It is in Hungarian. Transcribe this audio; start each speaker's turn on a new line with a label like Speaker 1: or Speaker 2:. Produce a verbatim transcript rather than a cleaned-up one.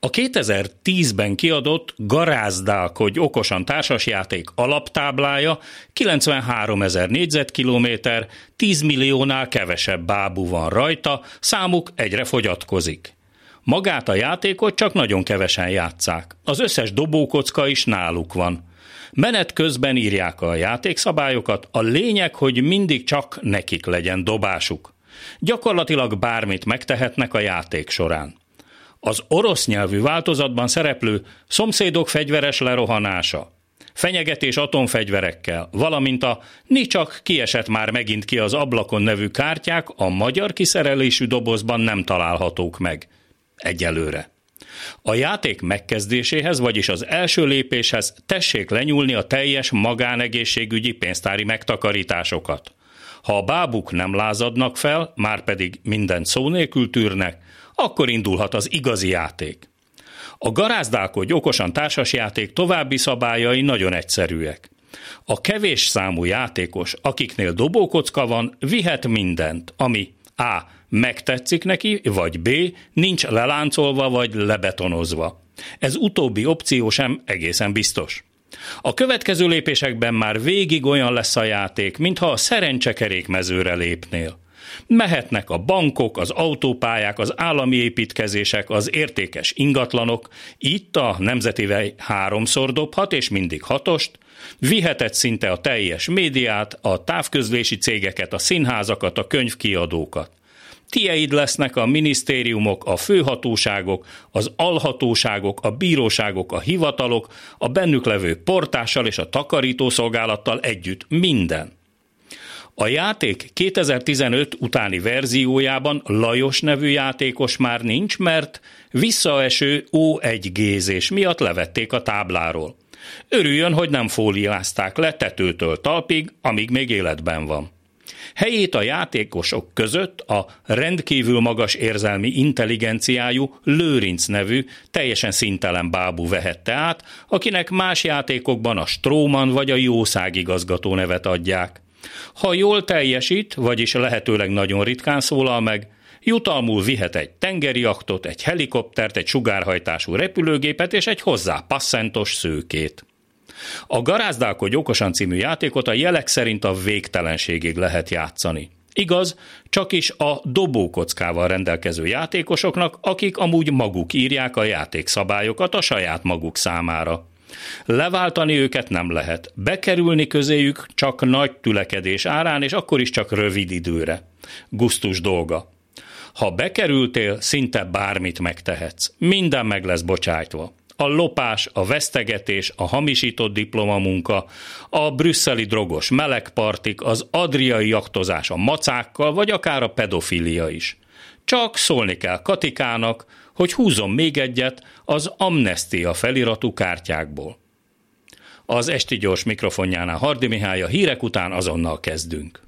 Speaker 1: A kétezer-tízben kiadott Garázdálkodj okosan társasjáték alaptáblája kilencvenháromezer négyzetkilométer, tíz milliónál kevesebb bábú van rajta, számuk egyre fogyatkozik. Magát a játékot csak nagyon kevesen játsszák, az összes dobókocka is náluk van. Menet közben írják a játékszabályokat, a lényeg, hogy mindig csak nekik legyen dobásuk. Gyakorlatilag bármit megtehetnek a játék során. Az orosz nyelvű változatban szereplő szomszédok fegyveres lerohanása, fenyegetés atomfegyverekkel, valamint a ni csak kiesett már megint ki az ablakon nevű kártyák a magyar kiszerelésű dobozban nem találhatók meg. Egyelőre. A játék megkezdéséhez, vagyis az első lépéshez tessék lenyúlni a teljes magánegészségügyi pénztári megtakarításokat. Ha a bábuk nem lázadnak fel, márpedig mindent szó nélkül tűrnek, akkor indulhat az igazi játék. A Garázdálkodj okosan társasjáték további szabályai nagyon egyszerűek. A kevés számú játékos, akiknél dobókocka van, vihet mindent, ami a. megtetszik neki, vagy b. nincs leláncolva vagy lebetonozva. Ez utóbbi opció sem egészen biztos. A következő lépésekben már végig olyan lesz a játék, mintha a szerencsekerékmezőre lépnél. Mehetnek a bankok, az autópályák, az állami építkezések, az értékes ingatlanok, itt a nemzetivel háromszor dobhat, és mindig hatost, viheted szinte a teljes médiát, a távközlési cégeket, a színházakat, a könyvkiadókat. Tieid lesznek a minisztériumok, a főhatóságok, az alhatóságok, a bíróságok, a hivatalok, a bennük levő portással és a takarítószolgálattal együtt minden. A játék kétezer-tizenöt utáni verziójában Lajos nevű játékos már nincs, mert visszaeső ó egy gézés miatt levették a tábláról. Örüljön, hogy nem fóliázták le tetőtől talpig, amíg még életben van. Helyét a játékosok között a rendkívül magas érzelmi intelligenciájú Lőrinc nevű, teljesen színtelen bábú vehette át, akinek más játékokban a Stróman vagy a jószágigazgató nevet adják. Ha jól teljesít, vagyis lehetőleg nagyon ritkán szólal meg, jutalmul vihet egy tengerjaktot, egy helikoptert, egy sugárhajtású repülőgépet és egy hozzá passzentos szőkét. A Garázdálkodj okosan című játékot a jelek szerint a végtelenségig lehet játszani. Igaz, csak is a dobókockával rendelkező játékosoknak, akik amúgy maguk írják a játékszabályokat a saját maguk számára. Leváltani őket nem lehet, bekerülni közéjük csak nagy tülekedés árán, és akkor is csak rövid időre. Gusztus dolga. Ha bekerültél, szinte bármit megtehetsz. Minden meg lesz bocsájtva. A lopás, a vesztegetés, a hamisított diplomamunka, a brüsszeli drogos melegpartik, az adriai jachtozás a macákkal, vagy akár a pedofilia is. Csak szólni kell Katikának, hogy húzzon még egyet az amnestia feliratú kártyákból. Az Esti Gyors mikrofonjánál Hardy Mihály, a hírek után azonnal kezdünk.